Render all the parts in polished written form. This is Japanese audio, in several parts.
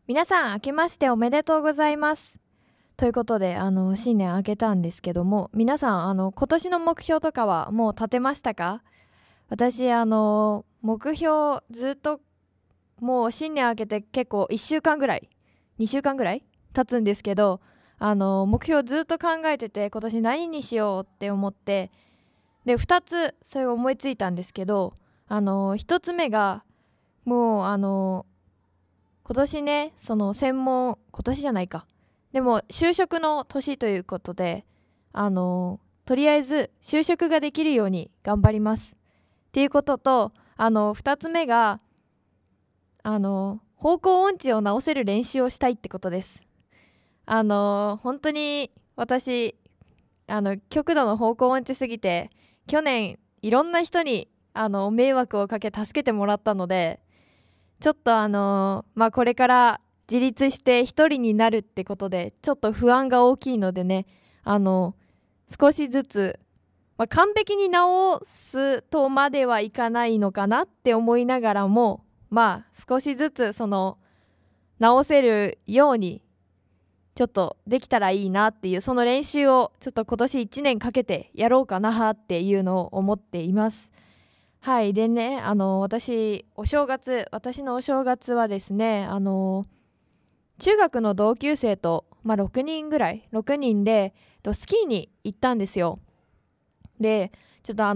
皆さん明けましておめでとうございます。ということで新年明けたんですけども、皆さん今年の目標とかはもう立てましたか？私目標ずっともう新年明けて結構1週間ぐらい2週間ぐらい経つんですけど、目標ずっと考えてて、今年何にしようって思って、で2つそれを思いついたんですけど、1つ目がもう今年ね、今年じゃないか、でも就職の年ということで、とりあえず就職ができるように頑張りますっていうことと、2つ目が方向音痴を直せる練習をしたいってことです。本当に私極度の方向音痴すぎて、去年いろんな人に迷惑をかけ助けてもらったので、ちょっとこれから自立して一人になるってことでちょっと不安が大きいのでね、少しずつ、完璧に直すとまではいかないのかなって思いながらも、少しずつ直せるようにちょっとできたらいいなっていう、その練習をちょっと今年1年かけてやろうかなっていうのを思っています。はい。でね、私のお正月はですね、中学の同級生と、6人でスキーに行ったんですよ。でちょっと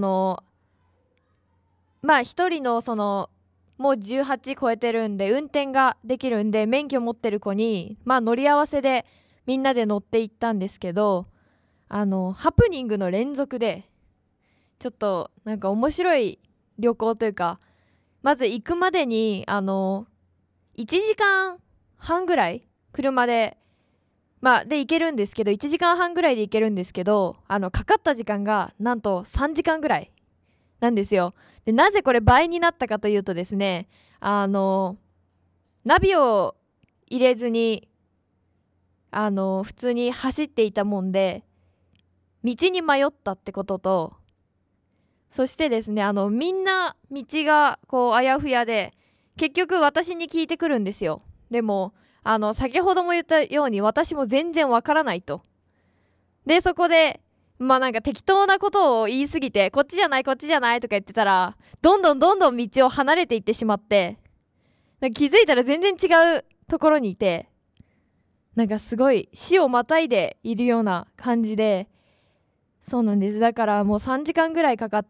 一人のもう18超えてるんで運転ができるんで、免許持ってる子に乗り合わせでみんなで乗って行ったんですけど、ハプニングの連続でちょっとなんか面白い旅行というか、まず行くまでに1時間半ぐらい車でで行けるんですけど、1時間半ぐらいで行けるんですけど、かかった時間がなんと3時間ぐらいなんですよ。でなぜこれ倍になったかというとですね、ナビを入れずに普通に走っていたもんで道に迷ったってことと、そしてですね、みんな道がこうあやふやで結局私に聞いてくるんですよ。でも先ほども言ったように私も全然わからないと。でそこでなんか適当なことを言いすぎて、こっちじゃないこっちじゃないとか言ってたら、どんどん道を離れていってしまって、なんか気づいたら全然違うところにいて、なんかすごい死をまたいでいるような感じで、そうなんです。だからもう3時間ぐらいかかって、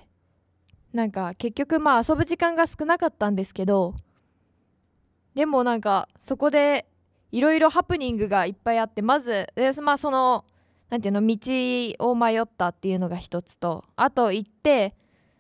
なんか結局遊ぶ時間が少なかったんですけど、でもなんかそこでいろいろハプニングがいっぱいあって、まずなんていうの、道を迷ったっていうのが一つと、あと行って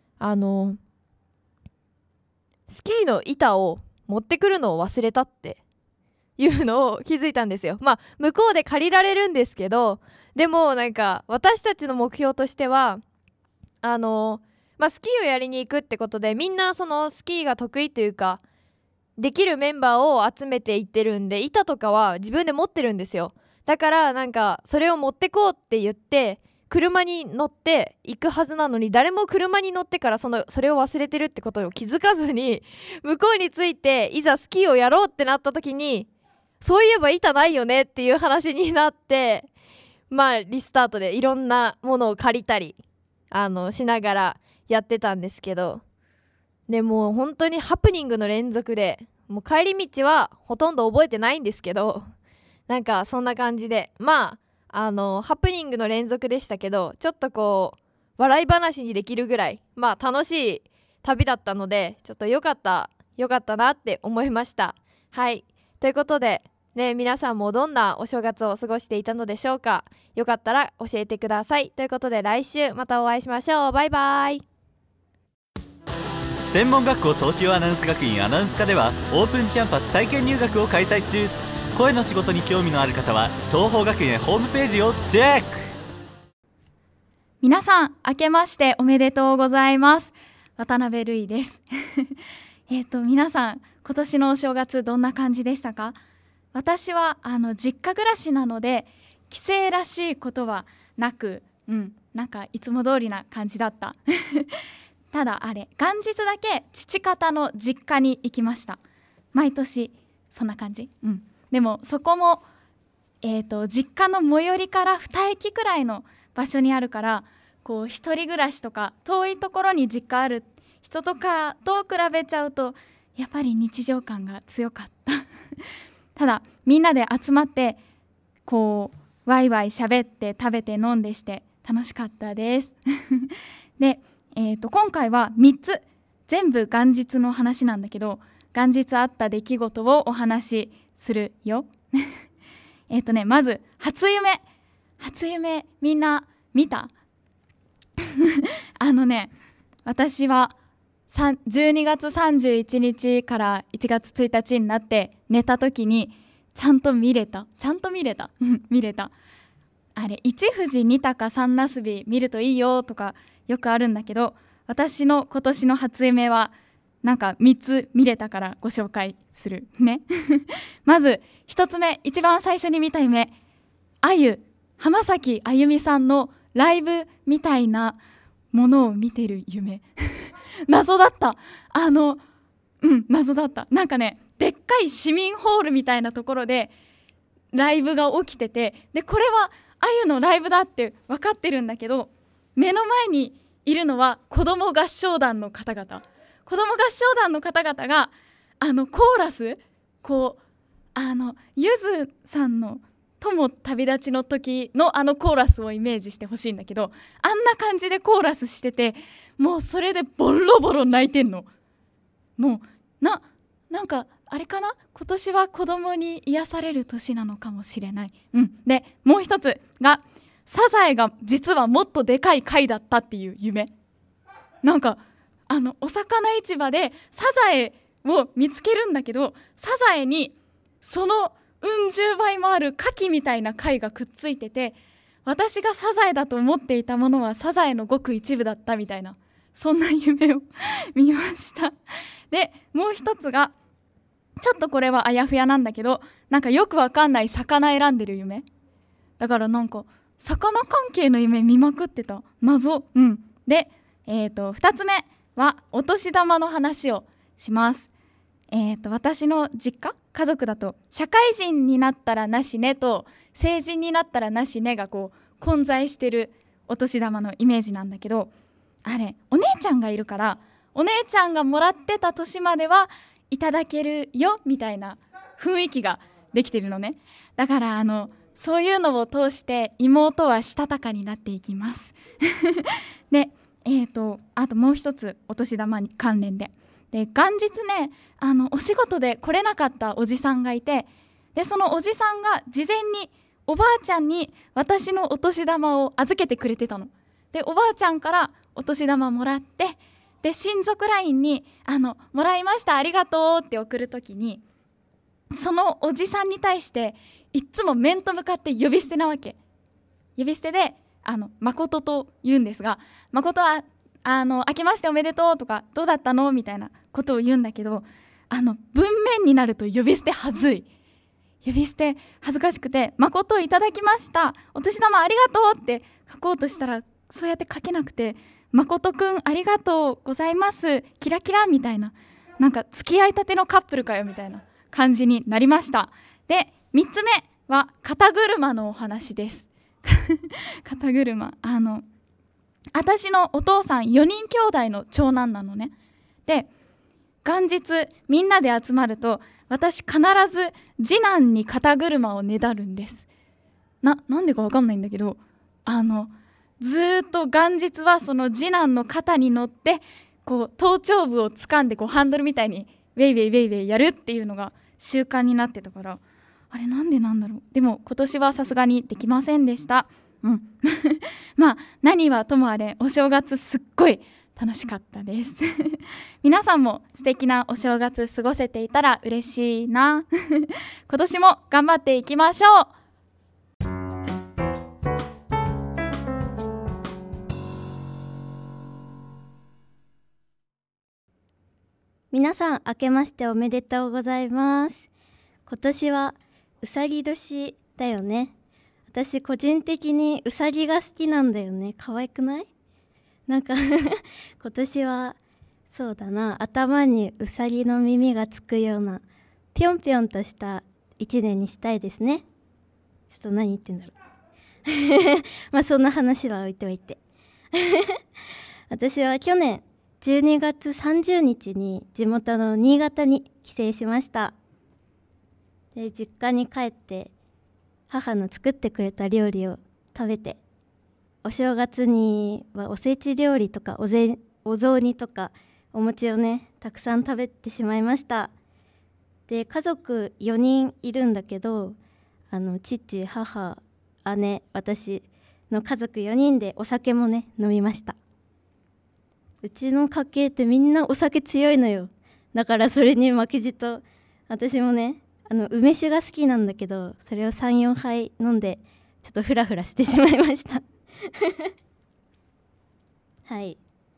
スキーの板を持ってくるのを忘れたっていうのを気づいたんですよ。向こうで借りられるんですけど、でもなんか私たちの目標としてはスキーをやりに行くってことで、みんなそのスキーが得意というかできるメンバーを集めていってるんで、板とかは自分で持ってるんですよ。だからなんかそれを持ってこうって言って車に乗って行くはずなのに、誰も車に乗ってからそれを忘れてるってことを気づかずに向こうに着いて、いざスキーをやろうってなった時に、そういえば板ないよねっていう話になって、リスタートでいろんなものを借りたりしながらやってたんですけど、でもう本当にハプニングの連続で、もう帰り道はほとんど覚えてないんですけど、なんかそんな感じでハプニングの連続でしたけど、ちょっとこう笑い話にできるぐらい楽しい旅だったので、ちょっとよかったなって思いました。はい。ということでね、皆さんもどんなお正月を過ごしていたのでしょうか。よかったら教えてください。ということで来週またお会いしましょう。バイバイ。 専門学校東京アナウンス学院アナウンス科ではオープンキャンパス体験入学を開催中。声の仕事に興味のある方は東邦学園ホームページをチェック。 皆さん明けましておめでとうございます。渡辺瑠衣です皆さん今年のお正月どんな感じでしたか？私は実家暮らしなので帰省らしいことはなく、なんかいつも通りな感じだったただ元日だけ父方の実家に行きました。毎年そんな感じ、でもそこも、実家の最寄りから2駅くらいの場所にあるから、こう一人暮らしとか遠いところに実家ある人とかと比べちゃうとやっぱり日常感が強かったただみんなで集まってこうワイワイ喋って食べて飲んでして楽しかったですで、今回は3つ全部元日の話なんだけど、元日あった出来事をお話しするよまず初夢みんな見た私は12月31日から1月1日になって寝た時にちゃんと見れた見れた。あれ1富士2鷹3なすび見るといいよとかよくあるんだけど、私の今年の初夢はなんか3つ見れたからご紹介するねまず1つ目、一番最初に見た夢、浜崎あゆみさんのライブみたいなものを見てる夢謎だった。謎だった。なんかね、でっかい市民ホールみたいなところでライブが起きてて、でこれはあゆのライブだって分かってるんだけど、目の前にいるのは子ども合唱団の方々がコーラス、ゆずさんの友旅立ちの時のコーラスをイメージしてほしいんだけど、あんな感じでコーラスしてて、もうそれでボロボロ泣いてんの。もうなんかあれかな、今年は子供に癒される年なのかもしれない。でもう一つがサザエが実はもっとでかい貝だったっていう夢。なんかお魚市場でサザエを見つけるんだけど、サザエにその10倍もあるカキみたいな貝がくっついてて、私がサザエだと思っていたものはサザエのごく一部だったみたいな、そんな夢を見ましたでもう一つがちょっとこれはあやふやなんだけど、なんかよくわかんない魚選んでる夢だから、なんか魚関係の夢見まくってた。謎。で、2つ目はお年玉の話をします。私の実家族だと社会人になったらなしねと成人になったらなしねが混在してるお年玉のイメージなんだけど、あれお姉ちゃんがいるから、お姉ちゃんがもらってた年まではいただけるよみたいな雰囲気ができてるのね。だからそういうのを通して妹はしたたかになっていきますで、あともう一つお年玉に関連で元日ね、お仕事で来れなかったおじさんがいて、でそのおじさんが事前におばあちゃんに私のお年玉を預けてくれてたので、おばあちゃんからお年玉もらって、で親族 LINE にもらいましたありがとうって送るときに、そのおじさんに対していっつも面と向かって呼び捨てなわけ。呼び捨てで誠と言うんですが、誠は明けましておめでとうとかどうだったのみたいなことを言うんだけど、文面になると呼び捨てはずい。呼び捨て恥ずかしくて、誠いただきましたお年玉ありがとうって書こうとしたら、そうやって書けなくて、誠くんありがとうございますキラキラみたいな、なんか付き合いたてのカップルかよみたいな感じになりました。で3つ目は肩車のお話です肩車、私のお父さん4人兄弟の長男なのね。で元日みんなで集まると、私必ず次男に肩車をねだるんです。なんでか分かんないんだけど、ずっと元日はその次男の肩に乗って頭頂部を掴んでハンドルみたいにウェイウェイウェイウェイやるっていうのが習慣になってたから、あれなんでなんだろう。でも今年はさすがにできませんでした。まあ何はともあれお正月すっごい楽しかったです皆さんも素敵なお正月過ごせていたら嬉しいな今年も頑張っていきましょう。 皆さん明けましておめでとうございます。今年はうさぎ年だよね。私個人的にうさぎが好きなんだよね。可愛くない？なんか今年はそうだな、頭にうさぎの耳がつくようなぴょんぴょんとした1年にしたいですね。ちょっと何言ってんだろうまあそんな話は置いておいて私は去年12月30日に地元の新潟に帰省しました。で、実家に帰って母の作ってくれた料理を食べて、お正月にはおせち料理とかお雑煮とかお餅をねたくさん食べてしまいました。で、家族4人いるんだけど、父、母、姉、私の家族4人でお酒もね飲みました。うちの家系ってみんなお酒強いのよ。だからそれに負けじと私もね梅酒が好きなんだけど、それを 3,4 杯飲んでちょっとフラフラしてしまいましたはい。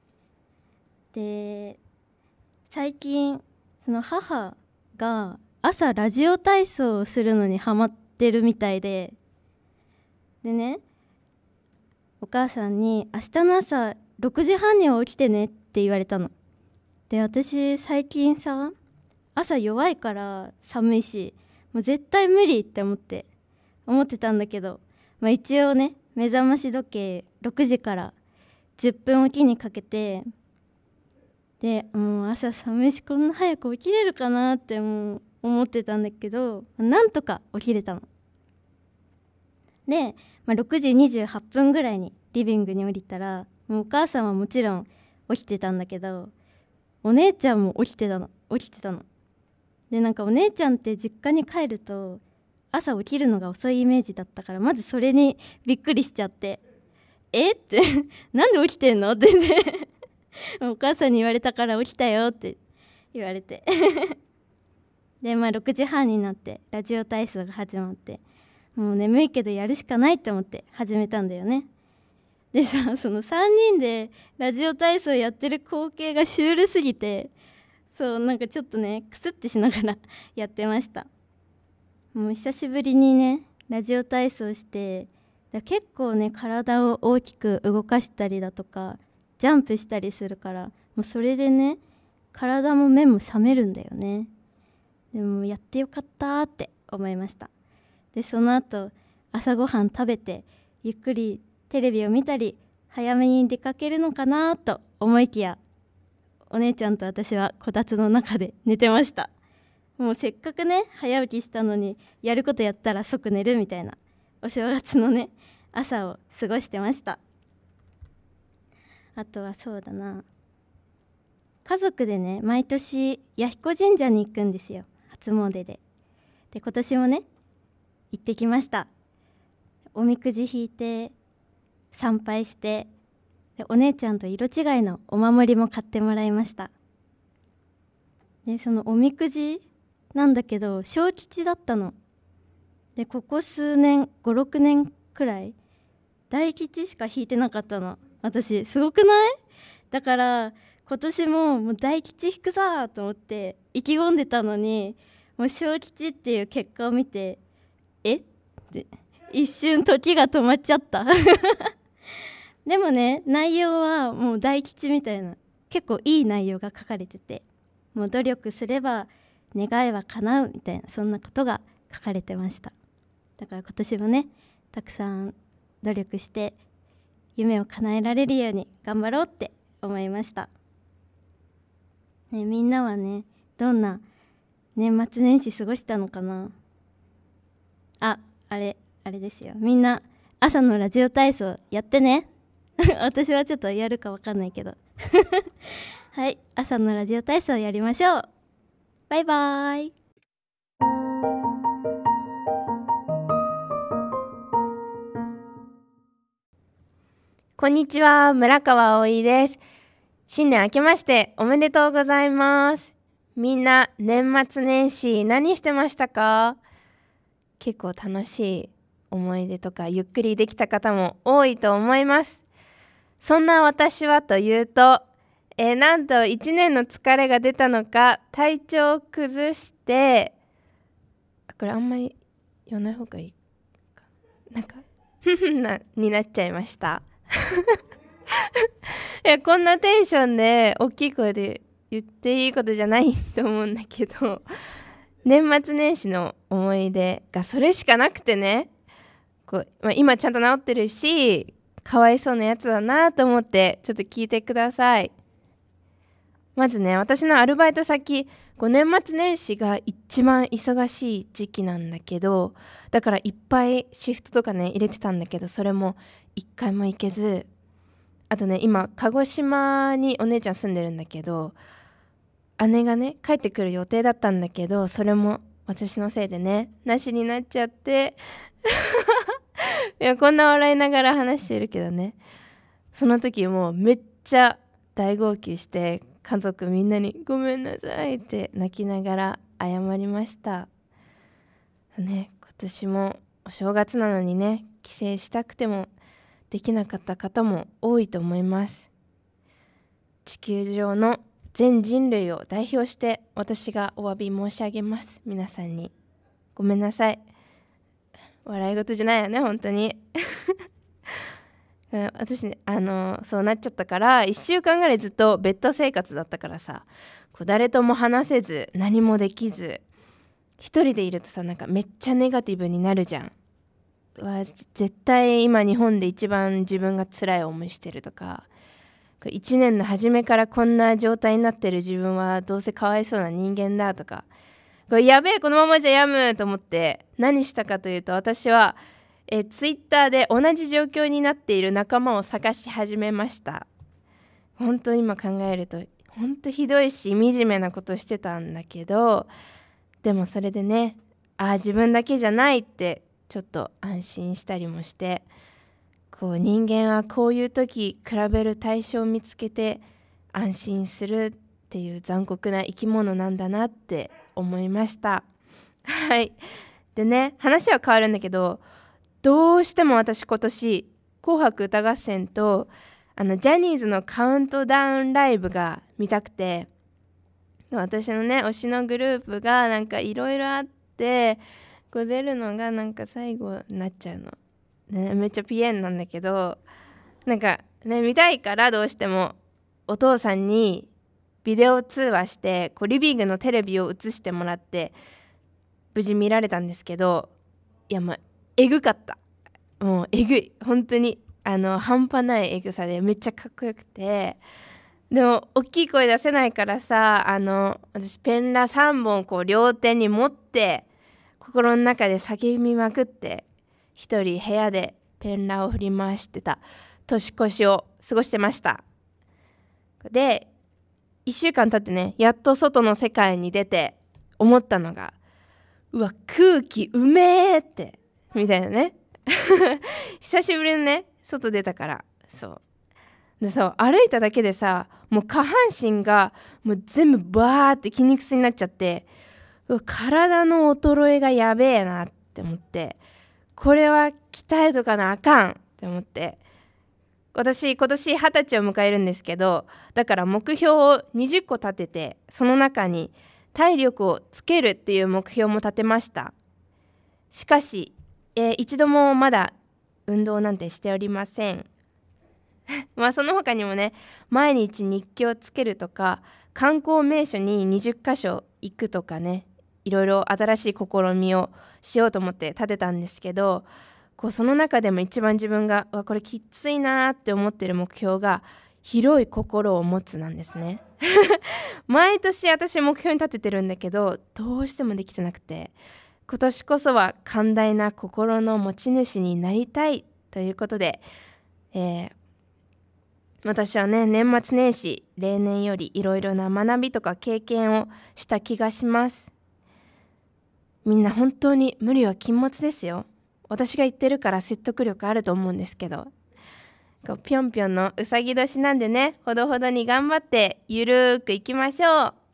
で、最近その母が朝ラジオ体操をするのにハマってるみたいでね、お母さんに明日の朝6時半には起きてねって言われたの。で、私最近さ朝弱いから寒いしもう絶対無理って思ってたんだけど、一応ね目覚まし時計6時から10分おきにかけて、でもう朝寒いしこんな早く起きれるかなってもう思ってたんだけど、なんとか起きれたので、6時28分ぐらいにリビングに降りたら、もうお母さんはもちろん起きてたんだけど、お姉ちゃんも起きてたので、なんかお姉ちゃんって実家に帰ると朝起きるのが遅いイメージだったから、まずそれにびっくりしちゃって、ってなんで起きてんのってねお母さんに言われたから起きたよって言われてで、6時半になってラジオ体操が始まって、もう眠いけどやるしかないって思って始めたんだよね。でさ、その3人でラジオ体操やってる光景がシュールすぎて、なんかちょっとねクスってしながらやってました。もう久しぶりにねラジオ体操して、結構ね体を大きく動かしたりだとかジャンプしたりするから、もうそれでね体も目も覚めるんだよね。でもやってよかったって思いました。で、その後朝ごはん食べてゆっくりテレビを見たり早めに出かけるのかなと思いきや、お姉ちゃんと私はこたつの中で寝てました。もうせっかくね早起きしたのにやることやったら即寝るみたいなお正月のね朝を過ごしてました。あとはそうだな、家族でね毎年弥彦神社に行くんですよ、初詣で。で、今年もね行ってきました。おみくじ引いて参拝して、でお姉ちゃんと色違いのお守りも買ってもらいました。で、そのおみくじなんだけど小吉だったので、ここ数年 5,6 年くらい大吉しか引いてなかったの。私すごくない？だから今年もう大吉引くぞと思って意気込んでたのに、もう小吉っていう結果を見てって一瞬時が止まっちゃったでもね内容はもう大吉みたいな結構いい内容が書かれてて、もう努力すれば願いは叶うみたいな、そんなことが書かれてました。だから今年もねたくさん努力して夢を叶えられるように頑張ろうって思いました、ね。みんなはねどんな年末年始過ごしたのかな。あれですよ、みんな朝のラジオ体操やってね私はちょっとやるか分かんないけどはい、朝のラジオ体操やりましょう。バイバイ。 こんにちは、村川葵です。新年明けましておめでとうございます。みんな年末年始何してましたか？結構楽しい思い出とかゆっくりできた方も多いと思います。そんな私はというと、なんと1年の疲れが出たのか体調を崩して、これあんまり言わない方がいいかなんかになっちゃいましたいや、こんなテンションで大きい声で言っていいことじゃないと思うんだけど、 年末年始の思い出がそれしかなくてね、今ちゃんと治ってるし、かわいそうなやつだなと思ってちょっと聞いてください。まずね、私のアルバイト先、年末年始が一番忙しい時期なんだけど、だからいっぱいシフトとかね入れてたんだけど、それも一回も行けず、あとね、今鹿児島にお姉ちゃん住んでるんだけど、姉がね帰ってくる予定だったんだけど、それも私のせいでねなしになっちゃっていや、こんな笑いながら話してるけどね、その時もうめっちゃ大号泣して、家族みんなにごめんなさいって泣きながら謝りましたね。今年もお正月なのにね、帰省したくてもできなかった方も多いと思います。地球上の全人類を代表して私がお詫び申し上げます。皆さんにごめんなさい。笑い事じゃないよね、本当に私ね、そうなっちゃったから1週間ぐらいずっとベッド生活だったからさ、誰とも話せず何もできず、一人でいるとさ、なんかめっちゃネガティブになるじゃん。絶対今日本で一番自分が辛い思いしてるとか、1年の初めからこんな状態になってる自分はどうせかわいそうな人間だとか、やべえ、このままじゃやむと思って何したかというと、私はツイッターで同じ状況になっている仲間を探し始めました。本当今考えると本当ひどいし惨めなことしてたんだけど、でもそれでね、自分だけじゃないってちょっと安心したりもして、人間はこういう時比べる対象を見つけて安心するっていう残酷な生き物なんだなって思いましたはい。でね、話は変わるんだけど、どうしても私今年紅白歌合戦とジャニーズのカウントダウンライブが見たくて、私のね推しのグループがなんかいろいろあって、出るのがなんか最後になっちゃうの、ね、めっちゃピエンなんだけど、なんかね見たいからどうしてもお父さんにビデオ通話してリビングのテレビを映してもらって無事見られたんですけど、いやもうえぐかった。もうえぐい、本当に半端ないえぐさでめっちゃかっこよくて、でも大きい声出せないからさ、私ペンラ3本両手に持って心の中で叫びまくって、一人部屋でペンラを振り回してた年越しを過ごしてました。で1週間経ってね、やっと外の世界に出て思ったのが、うわ空気うめーってみたいなね久しぶりにね外出たから、そう歩いただけでさ、もう下半身がもう全部バーって筋肉痛になっちゃって、体の衰えがやべえなって思って、これは鍛えとかなあかんって思って、私今年20歳を迎えるんですけど、だから目標を20個立てて、その中に体力をつけるっていう目標も立てました。しかし、一度もまだ運動なんてしておりませんその他にもね、毎日日記をつけるとか、観光名所に20カ所行くとかね、いろいろ新しい試みをしようと思って立てたんですけど、その中でも一番自分がこれきついなって思ってる目標が、広い心を持つなんですね毎年私目標に立ててるんだけど、どうしてもできてなくて、今年こそは寛大な心の持ち主になりたいということで、私はね、年末年始例年よりいろいろな学びとか経験をした気がします。みんな本当に無理は禁物ですよ。私が言ってるから説得力あると思うんですけど、ぴょんぴょんのうさぎ年なんでね、ほどほどに頑張ってゆるーくいきましょう。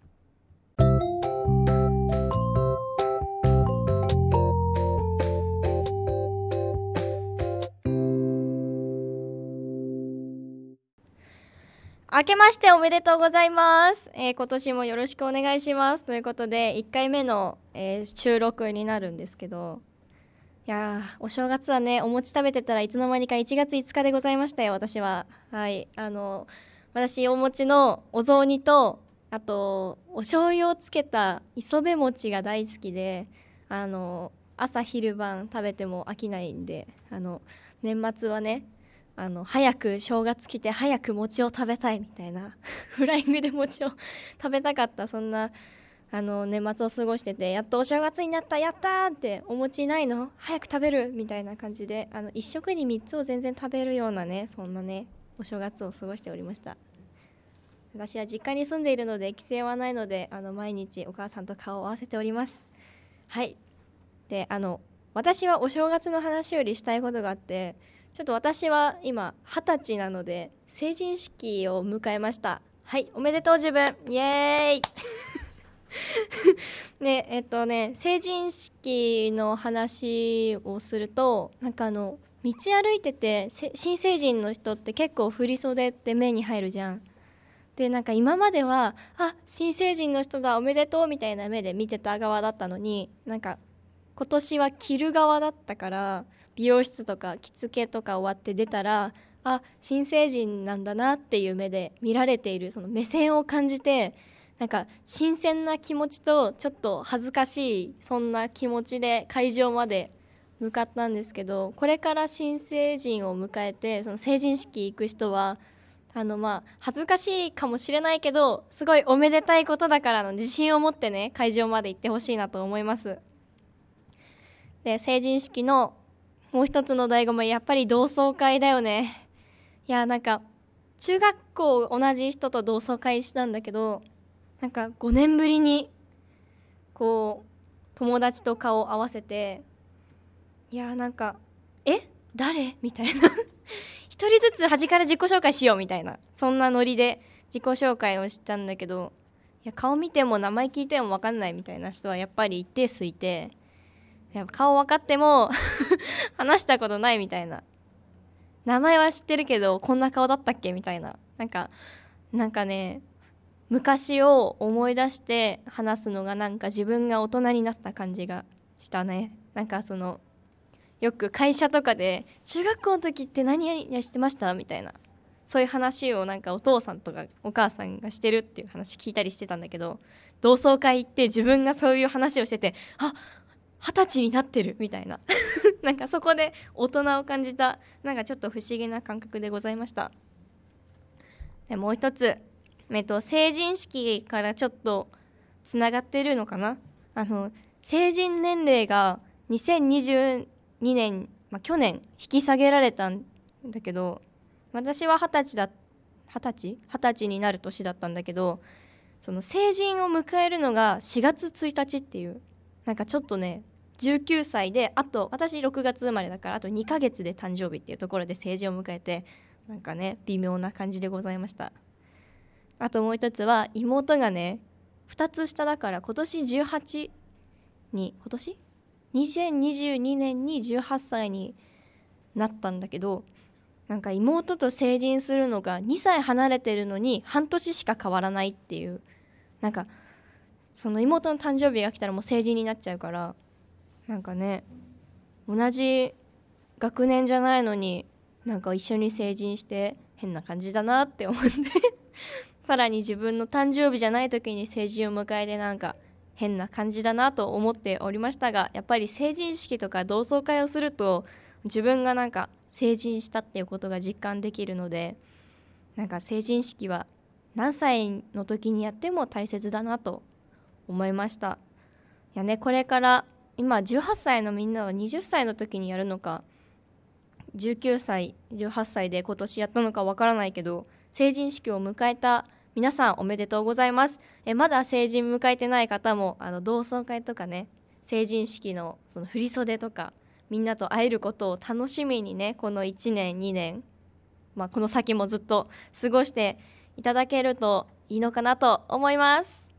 明けましておめでとうございます、今年もよろしくお願いしますということで、1回目の、収録になるんですけど、いやお正月はね、お餅食べてたらいつの間にか1月5日でございましたよ、私は。はい、私お餅のお雑煮とあとお醤油をつけた磯辺餅が大好きで、朝昼晩食べても飽きないんで、年末はね早く正月来て早く餅を食べたいみたいなフライングで餅を食べたかった、そんな年末を過ごしてて、やっとお正月になった、やったーって、お餅ないの早く食べるみたいな感じで、一食に3つを全然食べるようなね、そんなねお正月を過ごしておりました。私は実家に住んでいるので帰省はないので、毎日お母さんと顔を合わせております。はい。で私はお正月の話よりしたいことがあって、ちょっと私は今20歳なので成人式を迎えました。はい、おめでとう自分、イエーイね、成人式の話をすると、なんか道歩いてて新成人の人って結構振り袖って目に入るじゃん。でなんか今までは新成人の人だおめでとうみたいな目で見てた側だったのに、なんか今年は着る側だったから、美容室とか着付けとか終わって出たら新成人なんだなっていう目で見られている、その目線を感じて、なんか新鮮な気持ちとちょっと恥ずかしい、そんな気持ちで会場まで向かったんですけど、これから新成人を迎えてその成人式行く人は恥ずかしいかもしれないけど、すごいおめでたいことだからの自信を持ってね、会場まで行ってほしいなと思います。で成人式のもう一つの醍醐味、やっぱり同窓会だよね。いやなんか中学校同じ人と同窓会したんだけど、なんか5年ぶりにこう友達と顔を合わせて、いやなんか誰みたいな一人ずつ端から自己紹介しようみたいな、そんなノリで自己紹介をしたんだけど、いや顔見ても名前聞いても分かんないみたいな人はやっぱり一定数いて、やっぱ顔分かっても話したことないみたいな、名前は知ってるけどこんな顔だったっけみたいな、なんかね、昔を思い出して話すのがなんか自分が大人になった感じがしたね。なんかよく会社とかで中学校の時って何々してましたみたいな、そういう話をなんかお父さんとかお母さんがしてるっていう話聞いたりしてたんだけど、同窓会行って自分がそういう話をしてて、20歳になってるみたいななんかそこで大人を感じた、なんかちょっと不思議な感覚でございました。でもう一つ、成人式からちょっとつながってるのかな。成人年齢が2022年、去年引き下げられたんだけど、私は20歳になる年だったんだけど、その成人を迎えるのが4月1日っていう、なんかちょっとね19歳で、あと私6月生まれだからあと2ヶ月で誕生日っていうところで成人を迎えて、なんかね微妙な感じでございました。あともう一つは妹がね2つ下だから、今年2022年に18歳になったんだけど、なんか妹と成人するのが2歳離れてるのに半年しか変わらないっていう、なんかその妹の誕生日が来たらもう成人になっちゃうから、なんかね同じ学年じゃないのになんか一緒に成人して変な感じだなって思ってさらに自分の誕生日じゃない時に成人を迎えてなんか変な感じだなと思っておりましたが、やっぱり成人式とか同窓会をすると自分がなんか成人したっていうことが実感できるので、なんか成人式は何歳の時にやっても大切だなと思いました。いやね、これから今18歳のみんなは20歳の時にやるのか19歳18歳で今年やったのかわからないけど、成人式を迎えた皆さんおめでとうございます。まだ成人迎えてない方も同窓会とかね、成人式のその振り袖とかみんなと会えることを楽しみにね、この1年2年、この先もずっと過ごしていただけるといいのかなと思います。